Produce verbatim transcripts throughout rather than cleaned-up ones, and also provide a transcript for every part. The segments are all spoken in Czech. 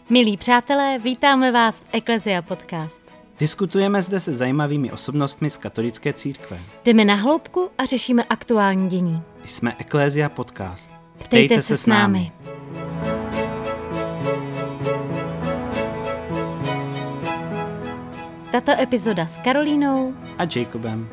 Milí přátelé, vítáme vás v Ecclesia Podcast. Diskutujeme zde se zajímavými osobnostmi z katolické církve. Jdeme na hloubku a řešíme aktuální dění. Jsme Ecclesia Podcast. Ptejte, Ptejte se s námi. Tato epizoda s Karolínou a Jacobem.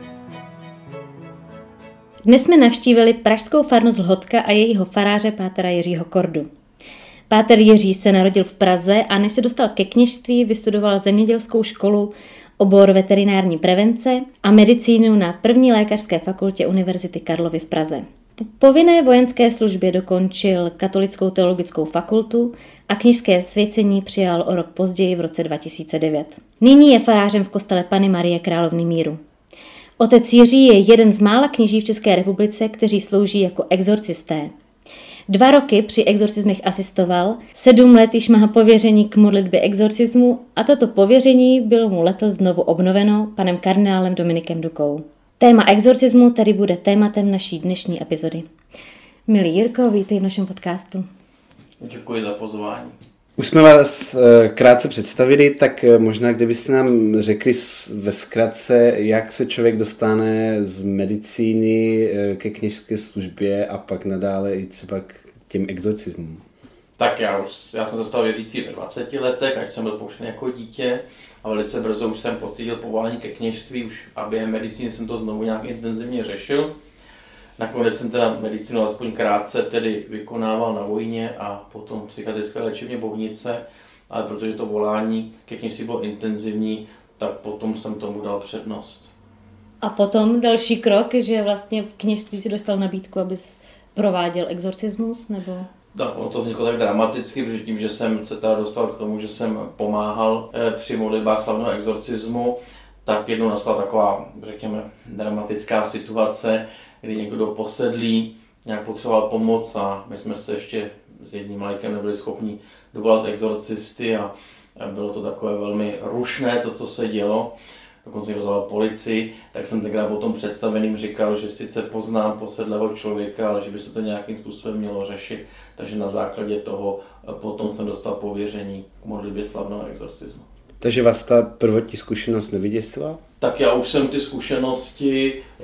Dnes jsme navštívili pražskou farnost Lhotka a jejího faráře pátera Jiřího Kordu. Páter Jiří se narodil v Praze a než se dostal ke kněžství, vystudoval zemědělskou školu, obor veterinární prevence a medicínu na první lékařské fakultě Univerzity Karlovy v Praze. Po povinné vojenské službě dokončil Katolickou teologickou fakultu a kněžské svěcení přijal o rok později v roce dva tisíce devět. Nyní je farářem v kostele Panny Marie Královny míru. Otec Jiří je jeden z mála kněží v České republice, kteří slouží jako exorcisté. Dva roky při exorcismech asistoval, sedm let již má pověření k modlitbě exorcismu a toto pověření bylo mu letos znovu obnoveno panem kardinálem Dominikem Dukou. Téma exorcismu tedy bude tématem naší dnešní epizody. Milý Jirko, vítej v našem podcastu. Děkuji za pozvání. Už jsme vás krátce představili, tak možná kdybyste nám řekli ve zkratce, jak se člověk dostane z medicíny ke kněžské službě a pak nadále i třeba k těm exorcismům. Tak já, už, já jsem se stal věřící ve dvaceti letech, až jsem byl pouštěn jako dítě a velice brzo už jsem pocítil povolání ke kněžství už a během medicíny jsem to znovu nějak intenzivně řešil. Nakonec jsem teda medicínu aspoň krátce tedy vykonával na vojně a potom psychiatrické léčebně Bohnice, ale protože to volání ke kněžství bylo intenzivní, tak potom jsem tomu dal přednost. A potom další krok, že vlastně v kněžství si dostal nabídku, abys prováděl exorcismus, nebo? Tak ono to vzniklo tak dramaticky, protože tím, že jsem se teda dostal k tomu, že jsem pomáhal při modlitbách slavného exorcismu, tak jednou nastala taková, řekněme, dramatická situace, kdy někdo posedlý nějak potřeboval pomoc a my jsme se ještě s jedním lajkem nebyli schopni dovolat exorcisty a bylo to takové velmi rušné, to, co se dělo. Dokonce jsem vzal policii, tak jsem tenkrát potom představeným říkal, že sice poznám posedlého člověka, ale že by se to nějakým způsobem mělo řešit. Takže na základě toho potom jsem dostal pověření k modlitbě slavného exorcismu. Takže vás ta prvotní zkušenost nevyděsila? Tak já už jsem ty zkušenosti e,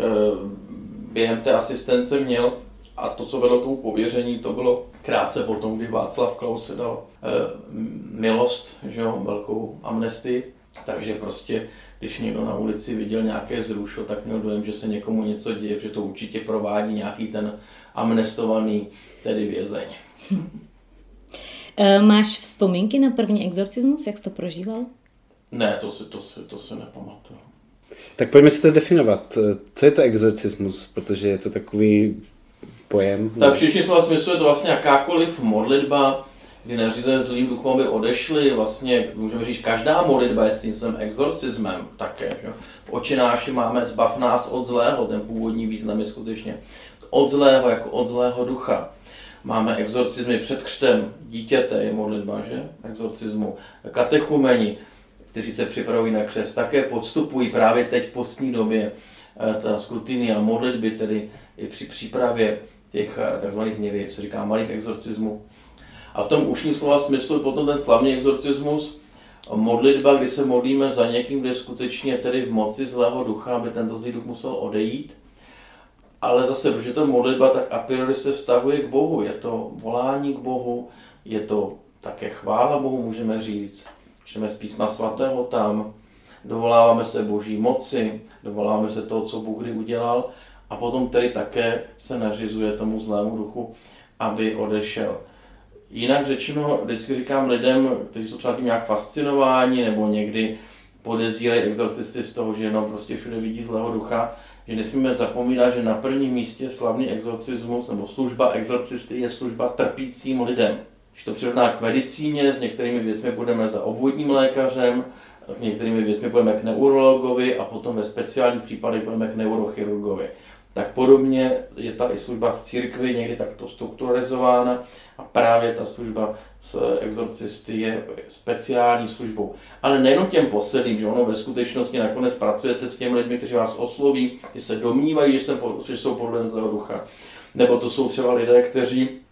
během té asistence měl a to, co vedlo tomu pověření, to bylo krátce potom, kdy Václav Klaus se dal e, milost, že jo, velkou amnestii. Takže prostě, když někdo na ulici viděl nějaké zrušo, tak měl dojem, že se někomu něco děje, že to určitě provádí nějaký ten amnestovaný, tedy vězeň. Máš vzpomínky na první exorcismus? Jak jsi to prožíval? Ne, to si, to si, to si nepamatuju. Tak pojďme si to definovat. Co je to exorcismus? Protože je to takový pojem. Tak všichni slova smyslu je to vlastně jakákoliv modlitba, kdy nařízujeme zlým duchům, aby odešli, vlastně můžeme říct, každá modlitba je s tím exorcismem také. Že? V Očenáši máme zbav nás od zlého, ten původní význam je skutečně od zlého, jako od zlého ducha. Máme exorcismy před křtem dítěte, je modlitba, že? Exorcismu. Katechumeni, kteří se připravují na křest, také podstupují právě teď v postní době ta skrutinia modlitby, tedy i při přípravě těch takzvaných někdy, se říká malých exorcismů. A v tom ušním slova smyslu je potom ten slavný exorcismus, modlitba, kdy se modlíme za někým, kde je skutečně tedy v moci zlého ducha, aby tento zlý duch musel odejít. Ale zase, protože to modlitba, tak a priori se vztahuje k Bohu. Je to volání k Bohu, je to také chvála Bohu, můžeme říct. Čteme z písma svatého tam, dovoláváme se Boží moci, dovoláváme se toho, co Bůh kdy udělal a potom tedy také se nařizuje tomu zlému duchu, aby odešel. Jinak řečeno, vždycky říkám lidem, kteří jsou třeba nějak fascinováni nebo někdy podezírají exorcisty z toho, že jenom prostě všude vidí zlého ducha, že nesmíme zapomínat, že na prvním místě slavný exorcismus nebo služba exorcisty je služba trpícím lidem. Když to přirovná k medicíně, s některými věcmi budeme za obvodním lékařem, s některými věcmi budeme k neurologovi a potom ve speciálních případech budeme k neurochirurgovi. Tak podobně je ta i služba v církvi někdy takto strukturalizována a právě ta služba s exorcisty je speciální službou. Ale nejenom těm posledním, že ono ve skutečnosti nakonec pracujete s těmi lidmi, kteří vás osloví, že se domnívají, že jsou podle zlého ducha. Nebo to jsou třeba lidé, kteří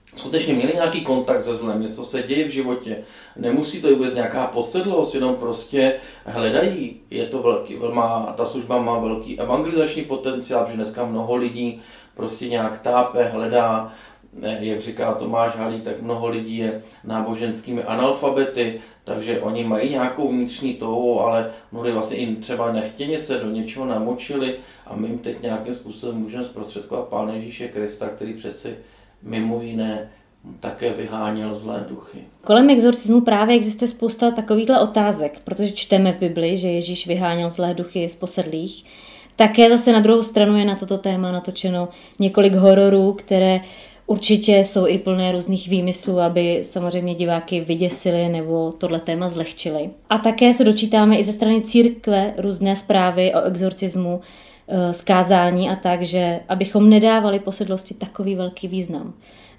skutečně měli nějaký kontakt se zlem, něco se děje v životě. Nemusí to být vůbec nějaká posedlost, jenom prostě hledají. Je to velký, má, ta služba má velký evangelizační potenciál, protože dneska mnoho lidí prostě nějak tápe, hledá. Jak říká Tomáš Halík, tak mnoho lidí je náboženskými analfabety, takže oni mají nějakou vnitřní touhu, ale mnohdy vlastně i třeba nechtěně se do něčeho namočili a my jim teď nějakým způsobem můžeme zprostředkovat Pána Ježíše Krista, který přeci mimo jiné také vyháněl zlé duchy. Kolem exorcismu právě existuje spousta takovýchhle otázek, protože čteme v Bibli, že Ježíš vyháněl zlé duchy z posedlých. Také zase na druhou stranu je na toto téma natočeno několik hororů, které určitě jsou i plné různých výmyslů, aby samozřejmě diváky vyděsili nebo tohle téma zlehčili. A také se dočítáme i ze strany církve různé zprávy o exorcismu, zkázání a tak, že abychom nedávali posedlosti takový velký význam.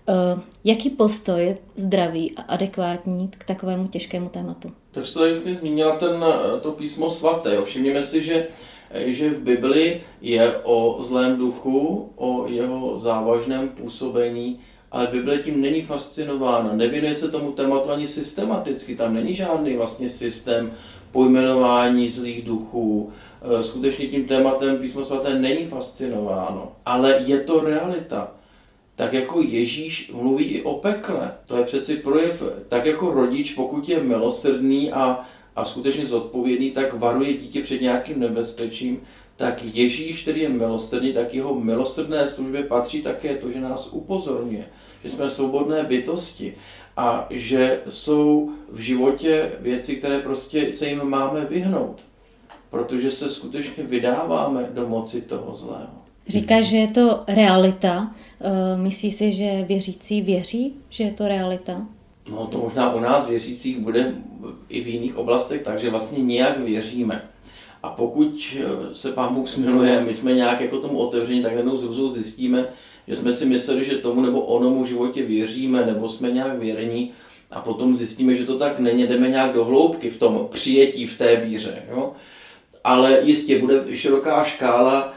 Jaký postoj je zdravý a adekvátní k takovému těžkému tématu? Tak to jsi zmínila ten, to písmo svaté. Všimněme si, že že v Bibli je o zlém duchu, o jeho závažném působení, ale Bible tím není fascinována, nevěnuje se tomu tématu ani systematicky, tam není žádný vlastně systém pojmenování zlých duchů, skutečně tím tématem písmo svaté není fascinováno, ale je to realita. Tak jako Ježíš mluví i o pekle, to je přeci projev, tak jako rodič, pokud je milosrdný a a skutečně zodpovědný, tak varuje dítě před nějakým nebezpečím, tak Ježíš, který je milosrdný, tak jeho milosrdné službě patří také to, že nás upozorňuje, že jsme svobodné bytosti a že jsou v životě věci, které prostě se jim máme vyhnout, protože se skutečně vydáváme do moci toho zlého. Říkáš, že je to realita. Myslíš si, že věřící věří, že je to realita? No to možná u nás věřících bude i v jiných oblastech, takže vlastně nějak věříme. A pokud se Pán Bůh smiluje, my jsme nějak jako tomu otevření, tak jednou z růzou zjistíme, že jsme si mysleli, že tomu nebo onomu životě věříme, nebo jsme nějak věrní a potom zjistíme, že to tak není, jdeme nějak do hloubky v tom přijetí, v té víře. Jo? Ale jistě bude široká škála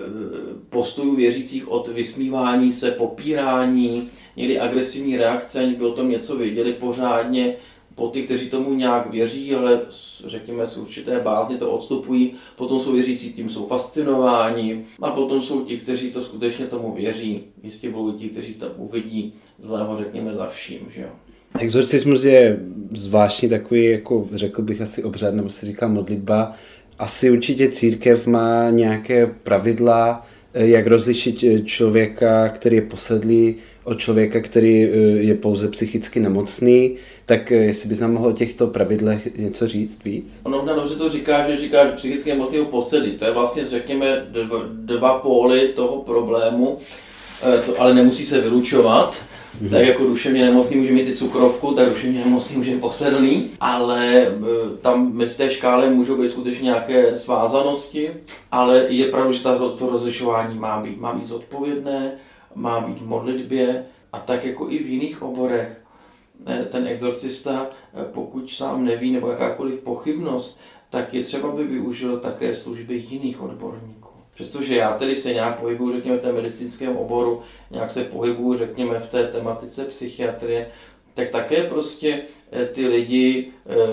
postojů věřících od vysmívání se, popírání, někdy agresivní reakce, aniž by o tom něco věděli pořádně, po ty, kteří tomu nějak věří, ale řekněme z určité bázně to odstupují, potom jsou věřící, tím jsou fascinováni a potom jsou ti, kteří to skutečně tomu věří, jistě budou ti, kteří to uvidí zlého, řekněme, za vším, že jo. Exorcismus je zvláštní takový, jako řekl bych asi obřad, nebo se říká modlitba. Asi určitě církev má nějaké pravidla, jak rozlišit člověka, který je posedlý, od člověka, který je pouze psychicky nemocný. Tak jestli bys nám mohl o těchto pravidlech něco říct víc? Ono možná dobře to říká, že říká, že psychicky nemocný posedlý. To je vlastně, řekněme, dva, dva póly toho problému, to, ale nemusí se vylučovat. Mm-hmm. Tak jako duševně nemocný může mít i cukrovku, tak duševně nemocný může být posedlý, ale tam mezi té škále můžou být skutečně nějaké svázanosti, ale je pravda, že to, to rozlišování má být, má být zodpovědné, má být v modlitbě a tak jako i v jiných oborech. Ten exorcista, pokud sám neví nebo jakákoliv pochybnost, tak je třeba, by využil také služby jiných odborníků. Přestože já tedy se nějak pohybuju, řekněme, v té medicínském oboru, nějak se pohybuju, řekněme, v té tematice psychiatrie, tak také prostě ty lidi,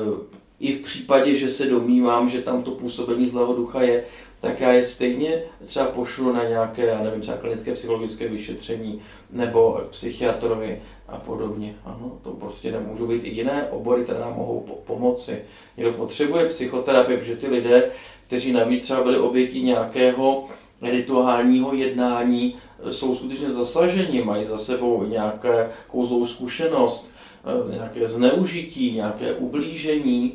i v případě, že se domnívám, že tam to působení zlého ducha je, tak já je stejně třeba pošlu na nějaké, já nevím, třeba klinické psychologické vyšetření nebo k psychiatrovi a podobně. Ano, to prostě nemůžou být i jiné obory, které nám mohou po- pomoci. Někdo potřebuje psychoterapii, protože ty lidé, kteří navíc třeba byli obětí nějakého rituálního jednání, jsou skutečně zasaženi, mají za sebou nějaké kouzlou zkušenost, nějaké zneužití, nějaké ublížení.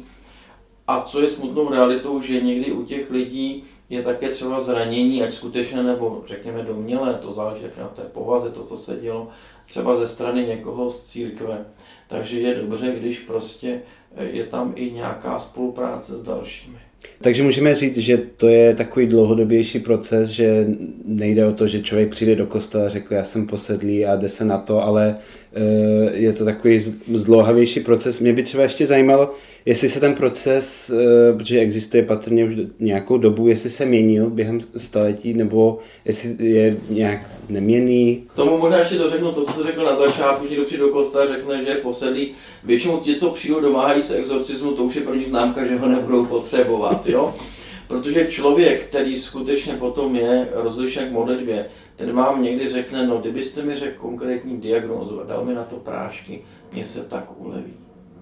A co je smutnou realitou, že někdy u těch lidí je také třeba zranění, ať skutečně nebo řekněme domnělé, to záleží jak na té povaze, to, co se dělo, třeba ze strany někoho z církve. Takže je dobře, když prostě je tam i nějaká spolupráce s dalšími. Takže můžeme říct, že to je takový dlouhodobější proces, že nejde o to, že člověk přijde do kostela a řekne, já jsem posedlý a jde se na to, ale je to takový zdlouhavější proces. Mě by třeba ještě zajímalo, jestli se ten proces, protože existuje patrně už nějakou dobu, jestli se měnil během staletí, nebo jestli je nějak neměnný. K tomu možná ještě dořeknu to, co jsi řekl na začátku, že někdo přijde do kostela a řekne, že je posedlý. Většinou ti, co přijdou, domáhají se exorcismu, to už je první známka, že ho nebudou potřebovat, jo? Protože člověk, který skutečně potom je rozlišen k modlitbě, ten vám někdy řekne, no kdybyste mi řekl konkrétní diagnózu a dal mi na to prášky, mně se tak uleví.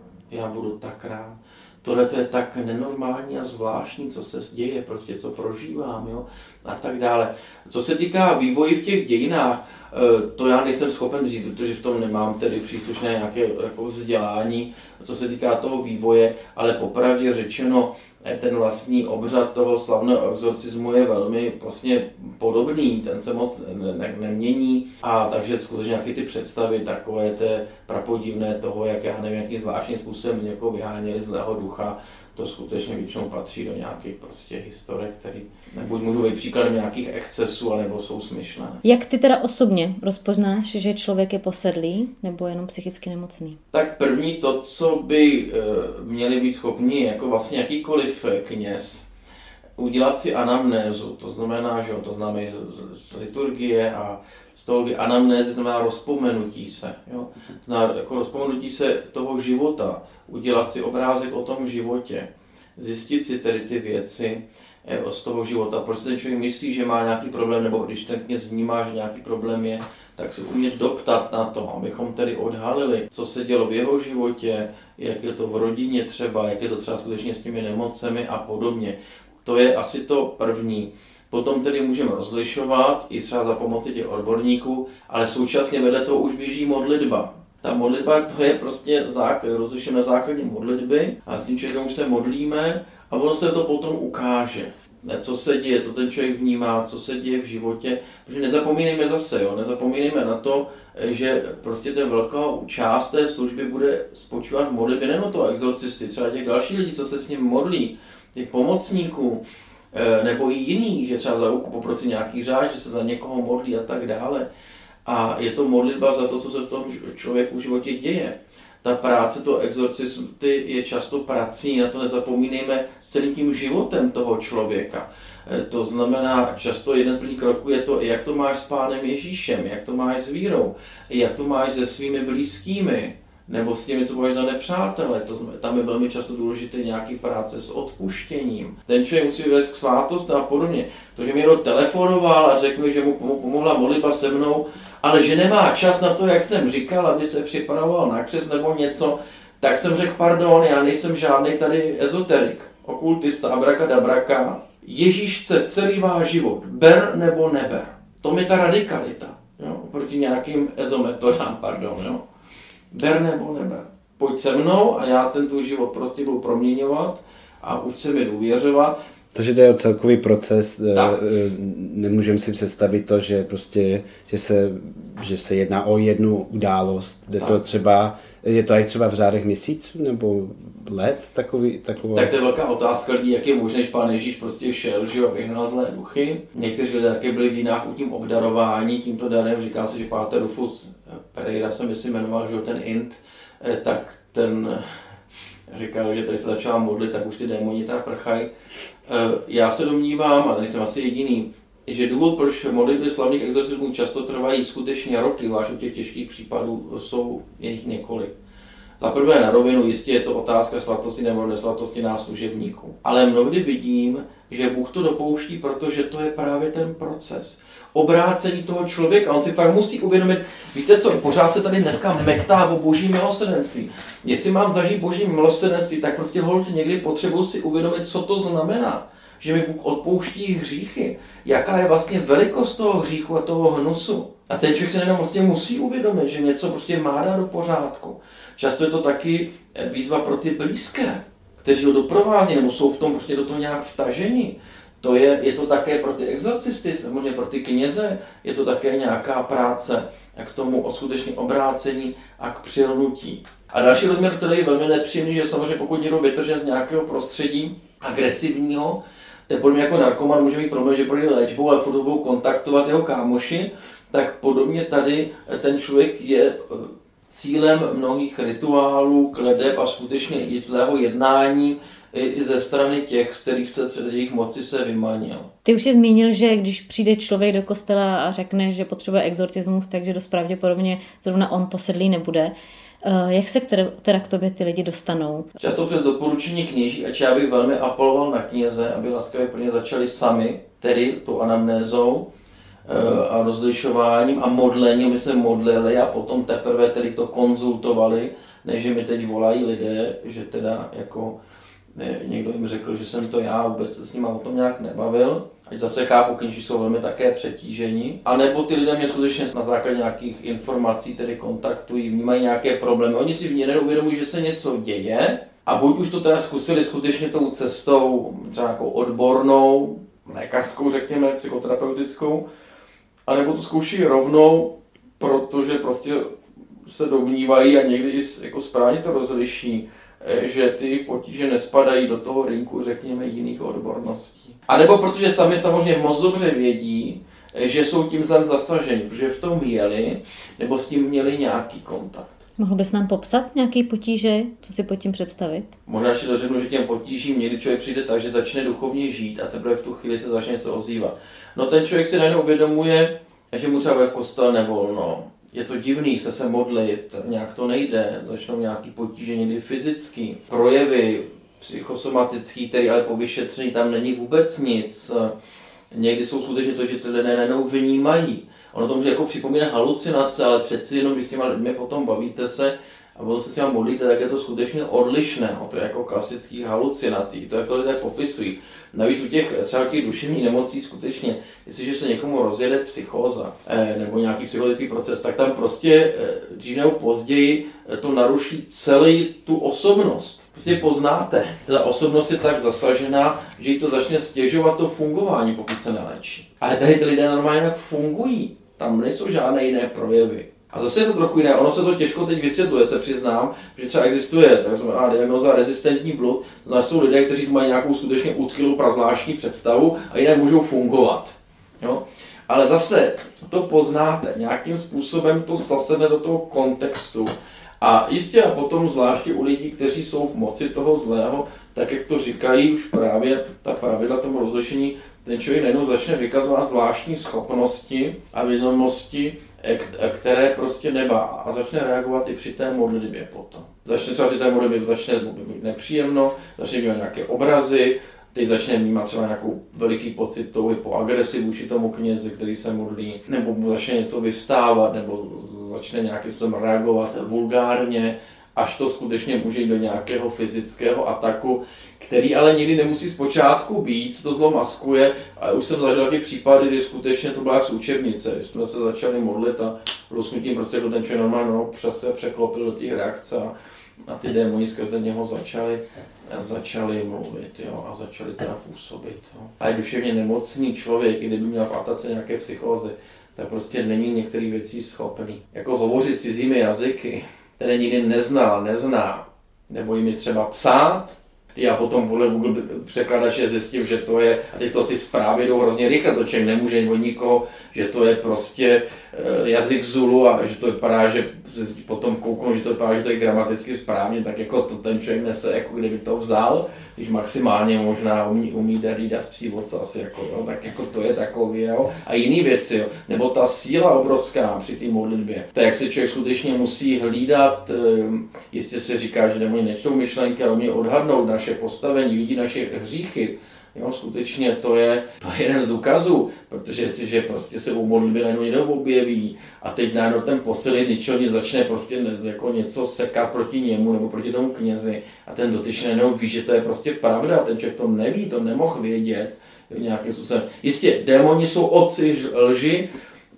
Já budu tak rád. Tohle to je tak nenormální a zvláštní, co se děje, prostě co prožívám, jo, a tak dále. Co se týká vývoji v těch dějinách, to já nejsem schopen říct, protože v tom nemám tedy příslušné nějaké jako vzdělání, co se týká toho vývoje, ale popravdě řečeno, ten vlastní obřad toho slavného exorcismu je velmi vlastně podobný, ten se moc ne- ne- nemění a takže skutečně nějaké ty představy takové té prapodivné toho, jak já nevím, jakým zvláštním způsobem někoho vyháněli zlého ducha, to skutečně většinou patří do nějakých prostě historek, které buď můžou být příkladem nějakých excesů, anebo jsou smyšlené. Jak ty teda osobně rozpoznáš, že člověk je posedlý nebo jenom psychicky nemocný? Tak první to, co by e, měli být schopni jako vlastně jakýkoliv kněz, udělat si anamnézu, to znamená, že to znamená z, z liturgie a z toho anamnézy znamená rozpomenutí se, jo? Na, jako rozpomenutí se toho života, udělat si obrázek o tom životě, zjistit si tedy ty věci eh, z toho života, proč ten člověk myslí, že má nějaký problém, nebo když ten kněz vnímá, že nějaký problém je, tak se umět doptat na to, abychom tedy odhalili, co se dělo v jeho životě, jak je to v rodině třeba, jak je to třeba skutečně s těmi nemocemi a podobně. To je asi to první. Potom tedy můžeme rozlišovat i třeba za pomoci těch odborníků, ale současně vedle toho už běží modlitba. Ta modlitba to je prostě základ, rozlišujeme na základě modlitby a s tím člověkem už se modlíme a ono se to potom ukáže. Co se děje, to ten člověk vnímá, co se děje v životě, protože nezapomínejme zase, jo, nezapomínejme na to, že prostě ten velká část té služby bude spočívat v modlitbě, nejen toho exorcisty, třeba těch dalších lidí, co se s ním modlí, těch pomocníků, nebo i jiný, že třeba za ruku poprosí nějaký řád, že se za někoho modlí a tak dále. A je to modlitba za to, co se v tom člověku v životě děje. Ta práce toho exorcisty je často prací, na to nezapomínejme, s celým tím životem toho člověka. To znamená, často jeden z prvních kroků je to, jak to máš s Pánem Ježíšem, jak to máš s vírou, jak to máš se svými blízkými, nebo s těmi, co považuješ za nepřátele. To znamená, tam je velmi často důležité nějaký práce s odpuštěním. Ten člověk musí vést k svátosti a podobně. To, že mi někdo telefonoval a řekl mi, že mu pomohla modlitba se mnou, ale že nemá čas na to, jak jsem říkal, aby se připravoval na křest nebo něco, tak jsem řekl, pardon, já nejsem žádný tady ezoterik, okultista, abrakadabraka. Ježíš chce celý váš život, ber nebo neber. To je ta radikalita, jo? Oproti nějakým ezometodám, pardon, jo? Ber nebo neber. Pojď se mnou a já ten tvůj život prostě budu proměňovat a uč se mi důvěřovat. Takže jde o celkový proces, tak. Nemůžeme si představit to, že prostě, že se, že se jedná o jednu událost. Jde to třeba, je to i třeba v řádech měsíců nebo let takový, taková? Tak to je velká otázka lidí, jak je možné, že Pán Ježíš prostě šel, že jo, vyhnal zlé duchy. Někteří lidé také byli v jinách u tím obdarování, tímto darem, říká se, že páter Rufus Pereira se myslím jmenoval, že jo, ten Int, tak ten říkal, že tady se začala modlit, tak už ty démoni tak prchají. Já se domnívám, a nejsem asi jediný, že důvod, proč modlitby slavných exorcismů často trvají skutečně roky, zvlášť u těch těžkých případů, jsou jejich několik. Za prvé na rovinu jistě je to otázka svatosti nebo nesvatosti nás služebníků. Ale mnohdy vidím, že Bůh to dopouští, protože to je právě ten proces. Obrácení toho člověka, on si fakt musí uvědomit, víte co, pořád se tady dneska mektá o boží milosrdenství. Jestli mám zažít boží milosrdenství, tak prostě holt někdy potřebuji si uvědomit, co to znamená. Že mi Bůh odpouští hříchy, jaká je vlastně velikost toho hříchu a toho hnusu. A ten člověk se jenom vlastně musí uvědomit, že něco prostě má dát do pořádku. Často je to taky výzva pro ty blízké, kteří ho doprovází, nebo jsou v tom prostě do toho nějak vtaženi. To je, je to také pro ty exorcisty, samozřejmě pro ty kněze, je to také nějaká práce k tomu skutečně obrácení a k přilnutí. A další rozměr, který je velmi nepříjemný, že samozřejmě pokud někdo vytržen z nějakého prostředí agresivního, to je podobně jako narkoman, může mít problém, že projde léčbou, ale furt budou kontaktovat jeho kámoši, tak podobně tady ten člověk je cílem mnohých rituálů, kledeb a skutečně i zlého jednání i ze strany těch, z kterých se z jejich moci se vymanil. Ty už jsi zmínil, že když přijde člověk do kostela a řekne, že potřebuje exorcismus, takže dost pravděpodobně zrovna on posedlý nebude. Jak se teda k tobě ty lidi dostanou? Často přes doporučení kněží, ač já bych velmi apeloval na kněze, aby laskavě plně začali sami, tedy tou anamnézou a rozlišováním a modlením, my se modlili a potom teprve tedy to konzultovali, než mi teď volají lidé, že teda jako ne, někdo jim řekl, že jsem to já, vůbec se s nimi o tom nějak nebavil. Ať zase chápu, kněží jsou velmi také přetížení. A nebo ty lidé mě skutečně na základě nějakých informací tedy kontaktují, vnímají nějaké problémy. Oni si v něj neuvědomují, že se něco děje a buď už to teda zkusili skutečně tou cestou třeba jako odbornou, lékařskou řekněme, psychoterapeutickou, anebo to zkouší rovnou, protože prostě se domnívají a někdy jako správně to rozliší, že ty potíže nespadají do toho rinku, řekněme, jiných odborností. A nebo protože sami samozřejmě moc dobře vědí, že jsou tím zlem zasaženi, protože v tom jeli, nebo s tím měli nějaký kontakt. Mohl bys nám popsat nějaký potíže, co si pod tím představit? Možná ještě dořeknu, že těm potížím někdy člověk přijde tak, že začne duchovně žít a teprve v tu chvíli se začne něco ozývat. No ten člověk si najednou uvědomuje, že mu třeba v kostele nevolno. Je to divný se se modlit, nějak to nejde, začnou nějaký potíže někdy fyzický, projevy psychosomatický, který ale po vyšetření tam není vůbec nic. Někdy jsou skutečně to, že ty lidé najednou vnímají. Ono to může jako připomínat halucinace, ale přeci jenom, když s těma lidmi potom bavíte se a potom se s těma modlíte, tak je to skutečně odlišné od jako klasických halucinací. To, jak to lidé popisují. Navíc u těch třeba těch duševních nemocí skutečně, jestliže se někomu rozjede psychóza eh, nebo nějaký psychologický proces, tak tam prostě eh, dřív nebo později eh, to naruší celý tu osobnost. Prostě poznáte, ta osobnost je tak zasažená, že jí to začne stěžovat to fungování, pokud se neléčí. Ale tady ty lidé normálně tak fungují. Tam nejsou žádné jiné projevy. A zase je to trochu jiné, ono se to těžko teď vysvětluje, se přiznám, že třeba existuje takzvaná diagnóza rezistentní blud, to znamená, jsou lidé, kteří mají nějakou skutečně utkylou prazvláštní představu a jinak můžou fungovat. Jo? Ale zase to poznáte, nějakým způsobem to zasedne do toho kontextu. A jistě a potom zvláště u lidí, kteří jsou v moci toho zlého, tak jak to říkají už právě ta pravidla tomu rozlišení, ten člověk najednou začne vykazovat zvláštní schopnosti a vědomosti, které prostě nemá a začne reagovat i při té modlitbě potom. Začne třeba při té modlitbě začne být nepříjemno, začne vnímat nějaké obrazy, teď začne vnímat třeba nějakou veliký pocit touhy po agresi vůči tomu knězi, který se modlí, nebo mu začne něco vyvstávat, nebo začne nějakým způsobem reagovat vulgárně, až to skutečně může jít do nějakého fyzického ataku, který ale nikdy nemusí zpočátku být, se to zlo maskuje, a už jsem zažil taky případy, kdy skutečně to byla jak z učebnice, když jsme se začali modlit a lusknutím prostě ten člověk normálně no, se překlopil do těch reakce a, a ty démoni skrze něho začali, začali mluvit, jo, a začali teda působit. Jo. A je duševně nemocný člověk, i kdyby měl v atace nějaké psychózy, tak prostě není některých věcí schopný. Jako hovořit cizími jazyky, které nikdy neznal, nezná, nebo jim je třeba psát. Já potom podle Google překladače zjistil, že to je, a teď to ty zprávy jdou hrozně rychle, to člověk nemůže od nikoho, že to je prostě jazyk Zulu a že to vypadá, že potom kouknou, že to vypadá, že to je gramaticky správně, tak jako to ten člověk nese, jako kdyby to vzal, když maximálně možná umí, umí hlídat z psí asi, jako, jo, tak jako to je takový, jo. A jiný věci, jo. Nebo ta síla obrovská při té modlitbě, tak jak se člověk skutečně musí hlídat, jistě se říká, že nemůže nečtou myšlenky, ale umí odhadnout naše postavení, vidí naše hříchy. Jo, skutečně to je, to je jeden z důkazů, protože jestliže prostě se u modlitby najednou někdo objeví a teď najednou ten posilý z ničeho nic začne prostě jako něco sekat proti němu nebo proti tomu knězi a ten dotyčný najednou ví, že to je prostě pravda, ten člověk to neví, to nemohl vědět, jo, nějakým způsobem. Jistě, démoni jsou otci lži,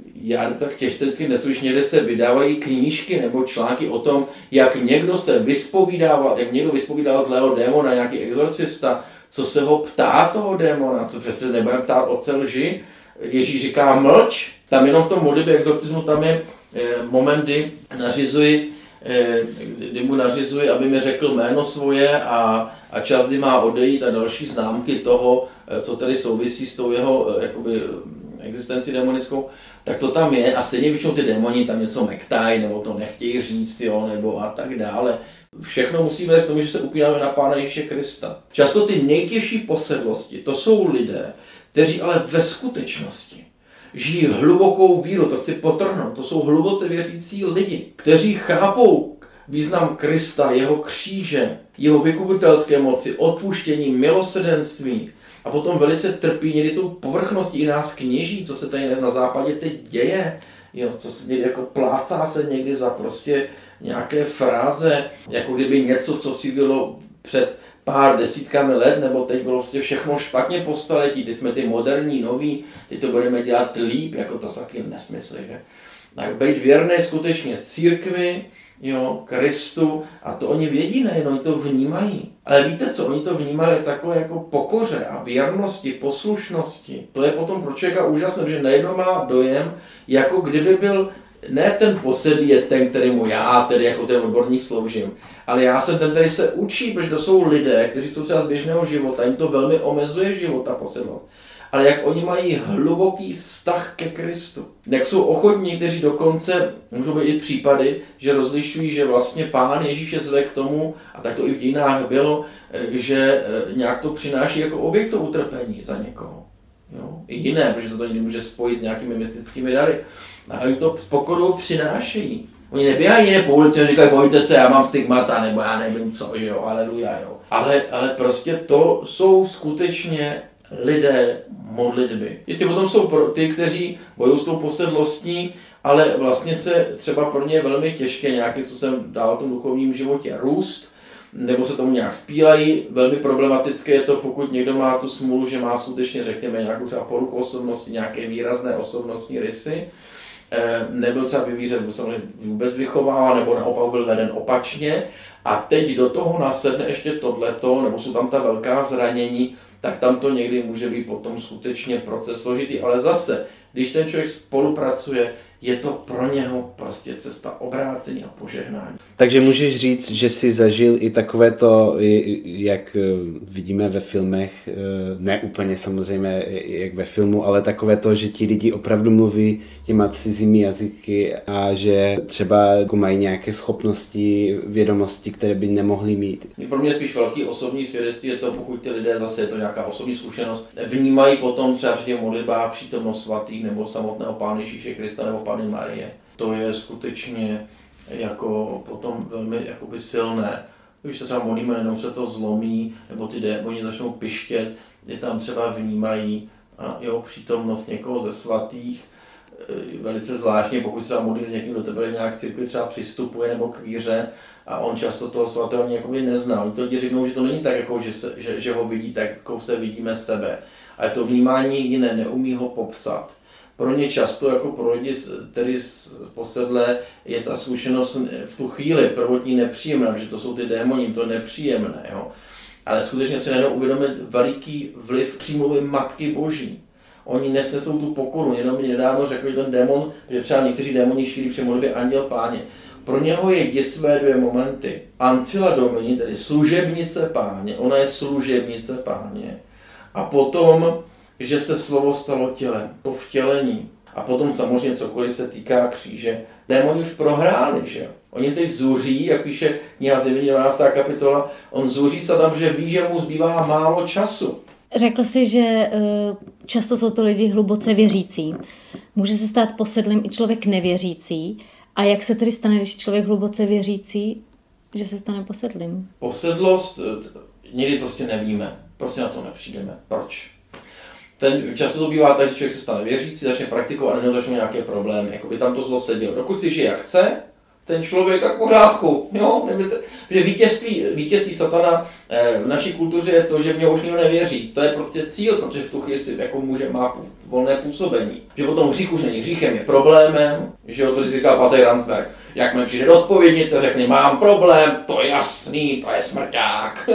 já tak těžce vždycky nesu, když někde se vydávají knížky nebo články o tom, jak někdo se vyspovídával, jak někdo vyspovídal zlého démona, nějaký exorcista, co se ho ptá toho démona, co přece nebudeme ptát otce lži. Ježíš říká mlč, tam jenom v tom modlitbě exorcismu tam je e, moment, kdy nařizuji, e, kdy mu nařizuji, aby mi řekl jméno svoje a, a čas, kdy má odejít a další známky toho, co tedy souvisí s tou jeho e, jakoby, existenci demonickou, tak to tam je a stejně většinou ty démoni tam něco mektají, nebo to nechtějí říct, jo, nebo a tak dále. Všechno musí vést k tomu, že se upínáme na Pána Ježíše Krista. Často ty nejtěžší posedlosti, to jsou lidé, kteří ale ve skutečnosti žijí hlubokou víru, to chci podtrhnout, to jsou hluboce věřící lidi, kteří chápou význam Krista, jeho kříže, jeho vykupitelské moci, odpuštění, milosrdenství a potom velice trpí někdy tou povrchností i nás kněží, co se tady na západě teď děje, jo, co se někdy jako plácá se někdy za prostě nějaké fráze, jako kdyby něco, co si bylo před pár desítkami let, nebo teď bylo vlastně všechno špatně po staletí, teď jsme ty moderní, noví, teď to budeme dělat líp, jako to jsou taky nesmysly, že? Tak být věrný skutečně církvi, jo, Kristu, a to oni vědí, ne, oni to vnímají. Ale víte co, oni to vnímali v takové jako pokoře a věrnosti, poslušnosti. To je potom pro člověka úžasné, že najednou má dojem, jako kdyby byl ne ten posedlý je ten, kterému já, tedy jako ten odborník sloužím, ale já jsem ten, který se učí, protože to jsou lidé, kteří jsou třeba z běžného života, jim to velmi omezuje života posedlost. Ale jak oni mají hluboký vztah ke Kristu. Jak jsou ochotní, kteří dokonce, můžou být i případy, že rozlišují, že vlastně Pán Ježíš je zve k tomu, a tak to i v dějinách bylo, že nějak to přináší jako objekt to utrpení za někoho. Jo? I jiné, protože se to někdy může spojit s nějakými mystickými dary. A oni to s pokorou přinášejí. Oni neběhají jiné po ulici a říkají, bojte se, já mám stigmata, nebo já nevím co, že jo, aleluja, jo. Ale, ale prostě to jsou skutečně lidé modlitby. Jestli potom jsou pro ty, kteří bojují s tou posedlostí, ale vlastně se třeba pro ně je velmi těžké nějakým způsobem dál v tom duchovním životě růst, nebo se tomu nějak spílají. Velmi problematické je to, pokud někdo má tu smůlu, že má skutečně, řekněme, nějakou třeba poruchu osobnosti, nějaké výrazné osobnostní rysy, nebyl třeba vyvířen, samozřejmě vůbec vychováván, nebo naopak byl veden opačně, a teď do toho nasedne ještě tohleto, nebo jsou tam ta velká zranění, tak tam to někdy může být potom skutečně proces složitý, ale zase, když ten člověk spolupracuje, je to pro něho prostě cesta obrácení a požehnání. Takže můžeš říct, že jsi zažil i takové to, jak vidíme ve filmech, ne úplně samozřejmě jak ve filmu, ale takové to, že ti lidi opravdu mluví těma cizími jazyky a že třeba mají nějaké schopnosti, vědomosti, které by nemohli mít. Pro mě spíš velký osobní svědectví je to, pokud ty lidé, zase je to nějaká osobní zkušenost, vnímají potom třeba v těch modlitbách přítomnost svatých nebo samotného Pána Ježíše Krista nebo Panny Marie. To je skutečně jako potom velmi jakoby silné. Když se třeba modlíme, jenom se to zlomí, nebo ty démoni začnou pištět, je tam třeba vnímají a jo, přítomnost někoho ze svatých. Velice zvláštně, pokud se třeba modlí s někým, do tebe nějak církvi třeba přistupuje nebo k víře a on často toho svatého jakoby nezná. Oni to lidi řeknou, že to není tak, jako, že, se, že, že ho vidí tak, jako se vidíme sebe. Ale to vnímání jiné, neumí ho popsat. Pro ně často, jako pro lidi, tedy posedlé, je ta zkušenost v tu chvíli prvotní nepříjemná, že to jsou ty démoni, to je nepříjemné. Jo? Ale skutečně si najednou uvědomit veliký vliv přímluvy Matky Boží. Oni nesnesou tu pokoru, jenom mi nedávno řekl, že ten démon, že třeba někteří démoni šíří při modlitbě Anděl Páně. Pro něho je děsivé dvě momenty. Ancilla Domini, tedy služebnice Páně, ona je služebnice Páně. A potom, že se slovo stalo tělem, to vtělení. A potom samozřejmě cokoliv se týká kříže. Démoni už prohráli, že jo. Oni teď zuří, jak píše kniha Zjevení dvanáctá kapitola, on zuří se tam, že ví, že mu zbývá málo času. Řekl jsi, že často jsou to lidi hluboce věřící. Může se stát posedlým i člověk nevěřící. A jak se tedy stane, když člověk hluboce věřící, že se stane posedlým? Posedlost někdy prostě nevíme. Prostě na to nepřijdeme. Proč? Ten, často to bývá tak, že člověk se stane věřící, začne praktikovat a neměl začnou nějaké problémy. Jakoby tam to zlo sedělo. Dokud si žije jak chce, ten člověk, tak v pořádku. Jo? Protože vítězství, vítězství satana v naší kultuře je to, že v něho už nikdo nevěří. To je prostě cíl, protože v tu chvíli si jako může, má volné působení. Že potom hřích už není hříchem, je problémem. Že jo, to si říkal Pater Ransberg. Jak mi přijde do zpovědnice, řekne, mám problém, to je jasný, to je smrťák.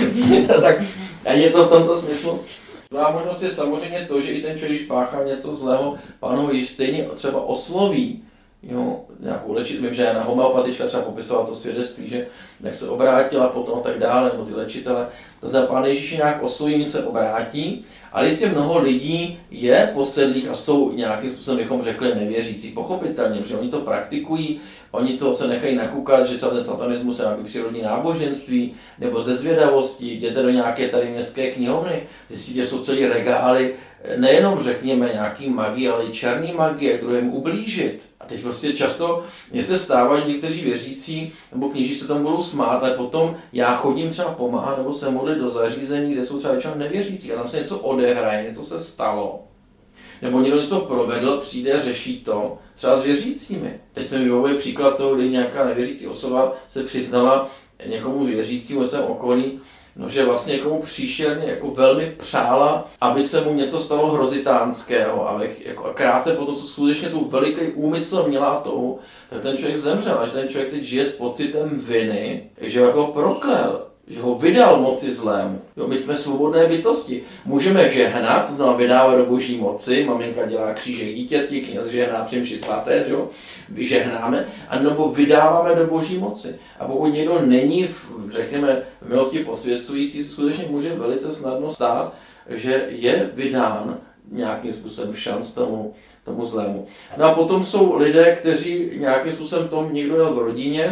Tak a něco v tomto smyslu. Druhá možnost je samozřejmě to, že i ten člověk, když páchá něco zlého, Pán ho již stejně třeba osloví, jo, nějakou léčit. Vím, že na homeopatička třeba popisovala to svědectví, že jak se obrátila potom a tak dále, nebo ty léčitele. To znamená, Pán Ježíš nějak osvojí, se obrátí, ale jistě mnoho lidí je posedlých a jsou nějakým způsobem, bychom řekli, nevěřící. Pochopitelně, že oni to praktikují, oni to se nechají nakukat, že třeba ten satanismus je nějaké přírodní náboženství, nebo ze zvědavosti, jděte do nějaké tady městské knihovny, zjistíte, že jsou celé regály, nejenom řekněme nějaký magii, ale i černý magie, jak druhému ublížit. A teď prostě často mně se stává, že někteří věřící nebo kněží se tomu budou smát, ale potom já chodím třeba pomáhat nebo se modlit do zařízení, kde jsou třeba většinou nevěřící a tam se něco odehraje, něco se stalo. Nebo někdo něco provedl, přijde a řeší to, třeba s věřícími. Teď se mi vybavuje příklad toho, kdy nějaká nevěřící osoba se přiznala někomu věřícímu ve svém okolí, no, že vlastně někomu příšerně jako velmi přála, aby se mu něco stalo hrozitánského. A jako krátce po to, co skutečně tu veliký úmysl měla toho, tak ten člověk zemřel. A že ten člověk teď žije s pocitem viny, že ho jako proklel, že ho vydal moci zlému. Jo, my jsme svobodné bytosti. Můžeme žehnat, znamená vydávat do boží moci, maminka dělá křížek dítěti, kněz žehná při mši svaté, že jo? Vyžehnáme, a nebo vydáváme do boží moci. A pokud někdo není, v, řekněme, v milosti posvěcující, skutečně může velice snadno stát, že je vydán nějakým způsobem šanc tomu, tomu zlému. No a potom jsou lidé, kteří nějakým způsobem tom někdo jel v rodině,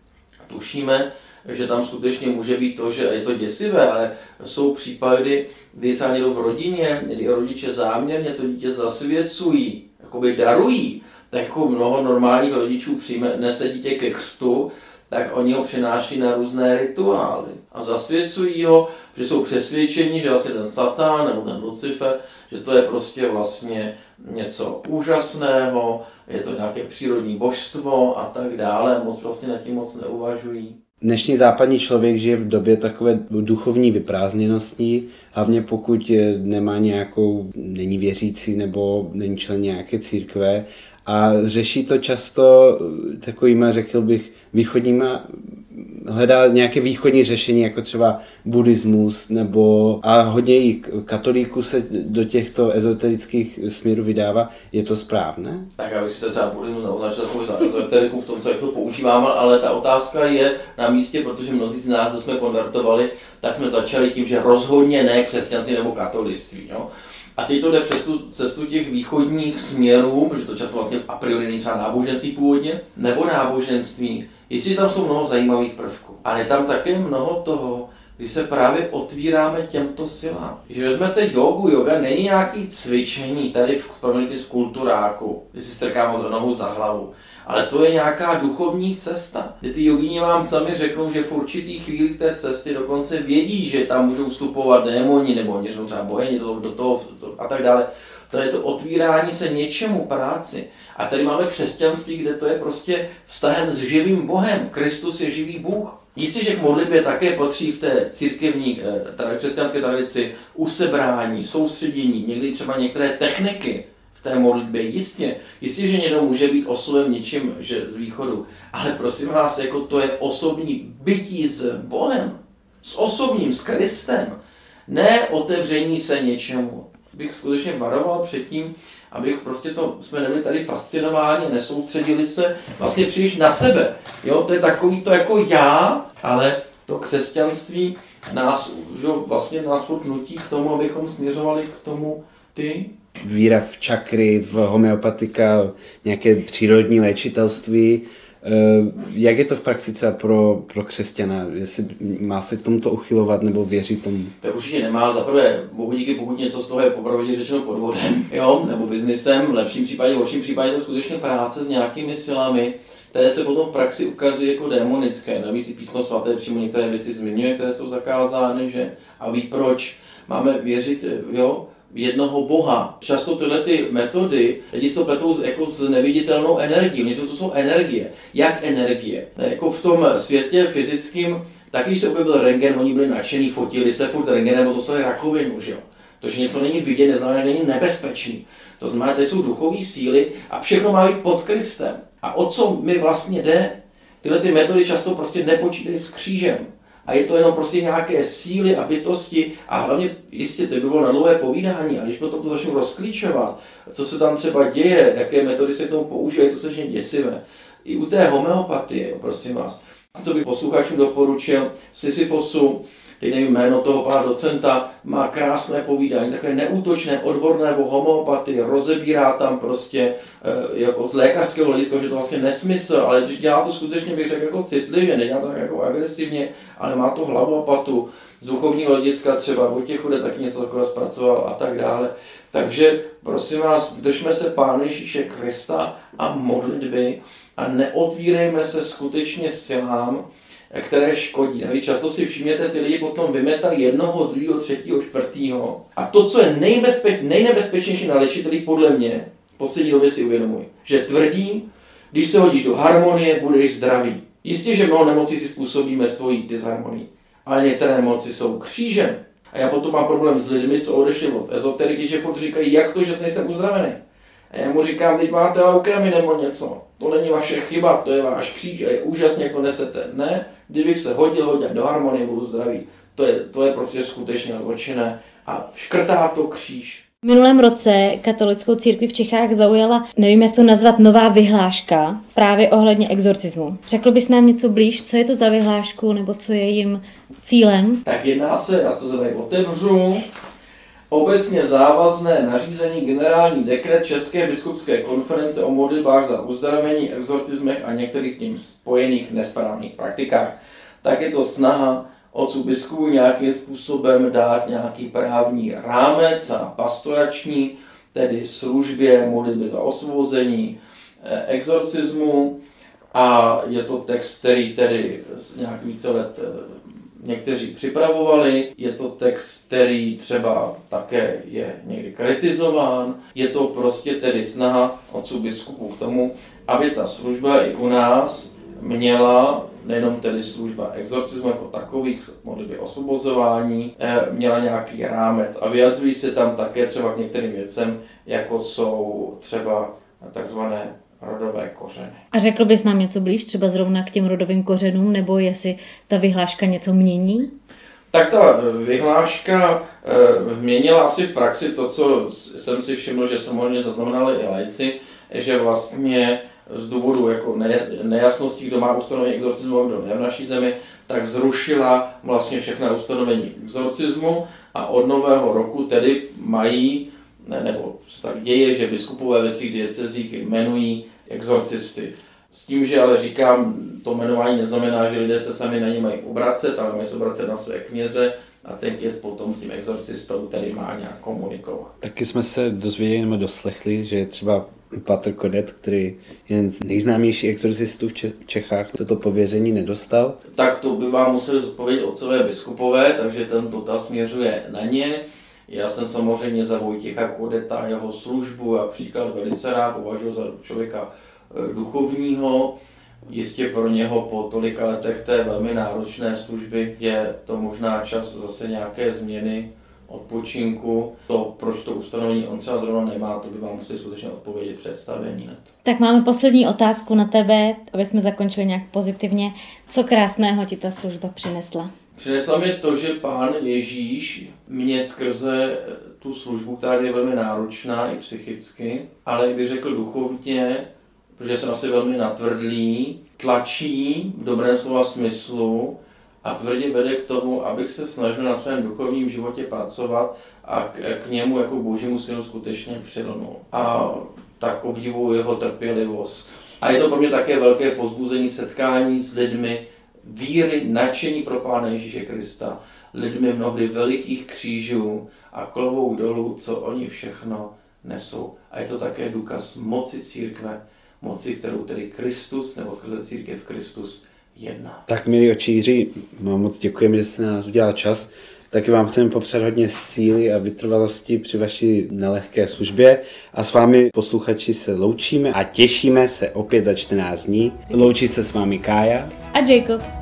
tušíme, že tam skutečně může být to, že je to děsivé, ale jsou případy, kdy se někdo v rodině, kdy rodiče záměrně to dítě zasvěcují, jakoby darují, tak jako mnoho normálních rodičů přijme, nese dítě ke křtu, tak oni ho přenáší na různé rituály a zasvěcují ho, že jsou přesvědčeni, že vlastně ten Satan nebo ten Lucifer, že to je prostě vlastně něco úžasného, je to nějaké přírodní božstvo a tak dále, moc vlastně nad tím moc neuvažují. Dnešní západní člověk žije v době takové duchovní vyprázdněnosti, hlavně pokud nemá nějakou, není věřící nebo není člen nějaké církve a řeší to často takovýma, řekl bych, východníma, hledá nějaké východní řešení, jako třeba buddhismus, nebo a hodně i katolíků se do těchto ezoterických směrů vydává. Je to správné? Tak já bych si se třeba buddhismus neoznačil jako za ezoteriku v tom, co jak to používáme, ale ta otázka je na místě, protože mnozí z nás, kdo jsme konvertovali, tak jsme začali tím, že rozhodně ne křesťanství nebo katolictví. Jo? A teď to jde přes tu cestu těch východních směrů, protože to často vlastně a priori není třeba náboženství původně, nebo náboženství. Jestli tam jsou mnoho zajímavých prvků, ale je tam také mnoho toho, když se právě otvíráme těmto silám. Když vezmete jogu, yoga není nějaký cvičení tady v, v kulturáku, kdy si strkám od nohu za hlavu. Ale to je nějaká duchovní cesta, kde ty jogíni vám sami řeknou, že v určitých chvílích té cesty dokonce vědí, že tam můžou vstupovat démoni, nebo oni řeknou třeba bojeni do, do toho a tak dále. To je to otvírání se něčemu práci. A tady máme křesťanství, kde to je prostě vztahem s živým Bohem. Kristus je živý Bůh. Jistě, že k modlitbě také patří v té církevní, teda křesťanské tradici usebrání, soustředění, někdy třeba některé techniky v té modlitbě. Jistě, jistě, že někdo může být osloven něčím že z východu, ale prosím vás, jako to je osobní bytí s Bohem, s osobním, s Kristem, ne otevření se něčemu. Bych skutečně varoval před tím, abych prostě to, jsme nebyli tady fascinováni, nesoustředili se vlastně příliš na sebe. Jo, to je takový to jako já, ale to křesťanství nás, že vlastně nás nutí k tomu, abychom směřovali k tomu ty. Víra v čakry, v homeopatika, nějaké přírodní léčitelství. Jak je to v praxi třeba pro, pro křesťana? Jestli má se k tomuto uchylovat nebo věří tomu? Tak určitě nemá. Zaprvé, bohu díky, pokud něco z toho je popravdě řečeno podvodem, jo, nebo biznisem, v lepším případě, v horším případě to skutečně práce s nějakými silami, které se potom v praxi ukazují jako démonické. Navíc i písmo svaté přímo některé věci zmiňuje, které jsou zakázány, že? A ví proč. Máme věřit, jo, jednoho Boha. Často tyhle ty metody lidi se to pletou jako s neviditelnou energií. Něco, co jsou energie. Jak energie? Jako v tom světě fyzickém, taky když se objevil rentgen, oni byli nadšený, fotili se furt rentgenem, nebo to stojí rakovinu, že jo. To, že něco není vidět, neznamená, že není nebezpečný. To znamená, že jsou duchovní síly a všechno má být pod Kristem. A o co mi vlastně jde? Tyhle ty metody často prostě nepočítají s křížem. a je to jenom prostě nějaké síly a bytosti a hlavně jistě to by bylo na dlouhé povídání a když potom to začnu rozklíčovat, co se tam třeba děje, jaké metody se k tomu používají, to strašně děsivé. I u té homeopatie, prosím vás, co bych posluchačům doporučil, Sisyfosu, teď nevím jméno toho pana docenta, má krásné povídání, takové neútočné, odborné o homeopatii, rozebírá tam prostě jako z lékařského hlediska, že to vlastně nesmysl, ale dělá to skutečně, bych řekl, jako citlivě, nedělá to tak jako agresivně, ale má to hlavu a patu. Z duchovního hlediska třeba o těch chudé taky něco takového zpracoval a tak dále. Takže prosím vás, držme se Pána Ježíše Krista a modlitby a neotvírejme se skutečně silám, které škodí. Navíc často si všimněte, ty lidi potom vymetají jednoho, druhého, třetího, čtvrtýho. A to, co je nejbezpeč, nejnebezpečnější na léčitelí, podle mě, v poslední době si uvědomuji, že tvrdí, když se hodíš do harmonie, budeš zdravý. Jistě, že mnoho nemocí si způsobíme svojí disharmonii, ale některé nemoci jsou křížem. A já potom mám problém s lidmi, co odešli od ezoteriky, že furt říkají, jak to, že nejsem uzdravený. A já mu říkám, teď máte leukémii nebo něco. To není vaše chyba, to je váš kříž a je úžasně, jak to nesete. Ne, kdybych se hodil, hodil do harmonie, budu zdravý. To je, to je prostě skutečně zločinné a škrtá to kříž. V minulém roce katolickou církvi v Čechách zaujala, nevím jak to nazvat, nová vyhláška právě ohledně exorcismu. Řekl bys nám něco blíž, co je to za vyhlášku nebo co je jim cílem? Tak jedná se, a to se tady otevřu, obecně závazné nařízení generální dekret České biskupské konference o modlitbách za uzdravení, exorcismech a některých s tím spojených nesprávných praktikách. Tak je to snaha otců biskupů nějakým způsobem dát nějaký právní rámec a pastorační, tedy službě modlitby za osvobození, exorcismu a je to text, který tedy nějak více let někteří připravovali, je to text, který třeba také je někdy kritizován, je to prostě tedy snaha otců biskupů k tomu, aby ta služba i u nás měla, nejenom tedy služba exorcismu jako takových, modlitby osvobozování, měla nějaký rámec a vyjadřují se tam také třeba k některým věcem, jako jsou třeba takzvané rodové kořeny. A řekl bys nám něco blíž, třeba zrovna k těm rodovým kořenům, nebo jestli ta vyhláška něco mění? Tak ta vyhláška e, měnila asi v praxi to, co jsem si všiml, že samozřejmě zaznamenali i laici, že vlastně z důvodu jako nejasností, kdo má ustanovení exorcismu a kdo ne v naší zemi, tak zrušila vlastně všechna ustanovení exorcismu a od nového roku tedy mají, ne, nebo se tak děje, že biskupové ve svých diecezích jmenují exorcisty. S tím, že ale říkám, to jmenování neznamená, že lidé se sami na ně mají obracet, ale mají se obracet na své kněze a ten kněz potom s tím exorcistou tedy má nějak komunikovat. Taky jsme se dozvěděli nebo doslechli, že je třeba Patr Kodet, který je jeden z nejznámějších exorcistů v Čechách, toto pověření nedostal. Tak to by vám museli zodpovědět otcové biskupové, takže ten dotaz směřuje na ně. Já jsem samozřejmě za Vojtěcha Kodeta, jeho službu a příklad velice rád považuji za člověka duchovního. Jistě pro něho po tolika letech té velmi náročné služby je to možná čas zase nějaké změny, odpočinku. To, proč to ustanovení on třeba zrovna nemá, to by vám museli skutečně odpovědět představení na to. Tak máme poslední otázku na tebe, aby jsme zakončili nějak pozitivně. Co krásného ti ta služba přinesla? Přinesla mi to, že Pán Ježíš mě skrze tu službu, která je velmi náročná i psychicky, ale i bych řekl duchovně, protože jsem asi velmi natvrdlý, tlačí v dobrém slova smyslu a tvrdě vede k tomu, abych se snažil na svém duchovním životě pracovat a k, k němu jako k Božímu synu skutečně přilnul. A tak obdivuji jeho trpělivost. A je to pro mě také velké povzbuzení setkání s lidmi víry, nadšení pro Pána Ježíše Krista, lidmi mnohdy velikých křížů a klobouk dolů, co oni všechno nesou. A je to také důkaz moci církve, moci, kterou tedy Kristus nebo skrze církev Kristus jedná. Tak milí očíři, moc děkujeme, že jste nás udělal čas. Taky vám chceme popřát hodně síly a vytrvalosti při vaší nelehké službě a s vámi posluchači se loučíme a těšíme se opět za čtrnáct dní. Loučí se s vámi Kája a Jacob.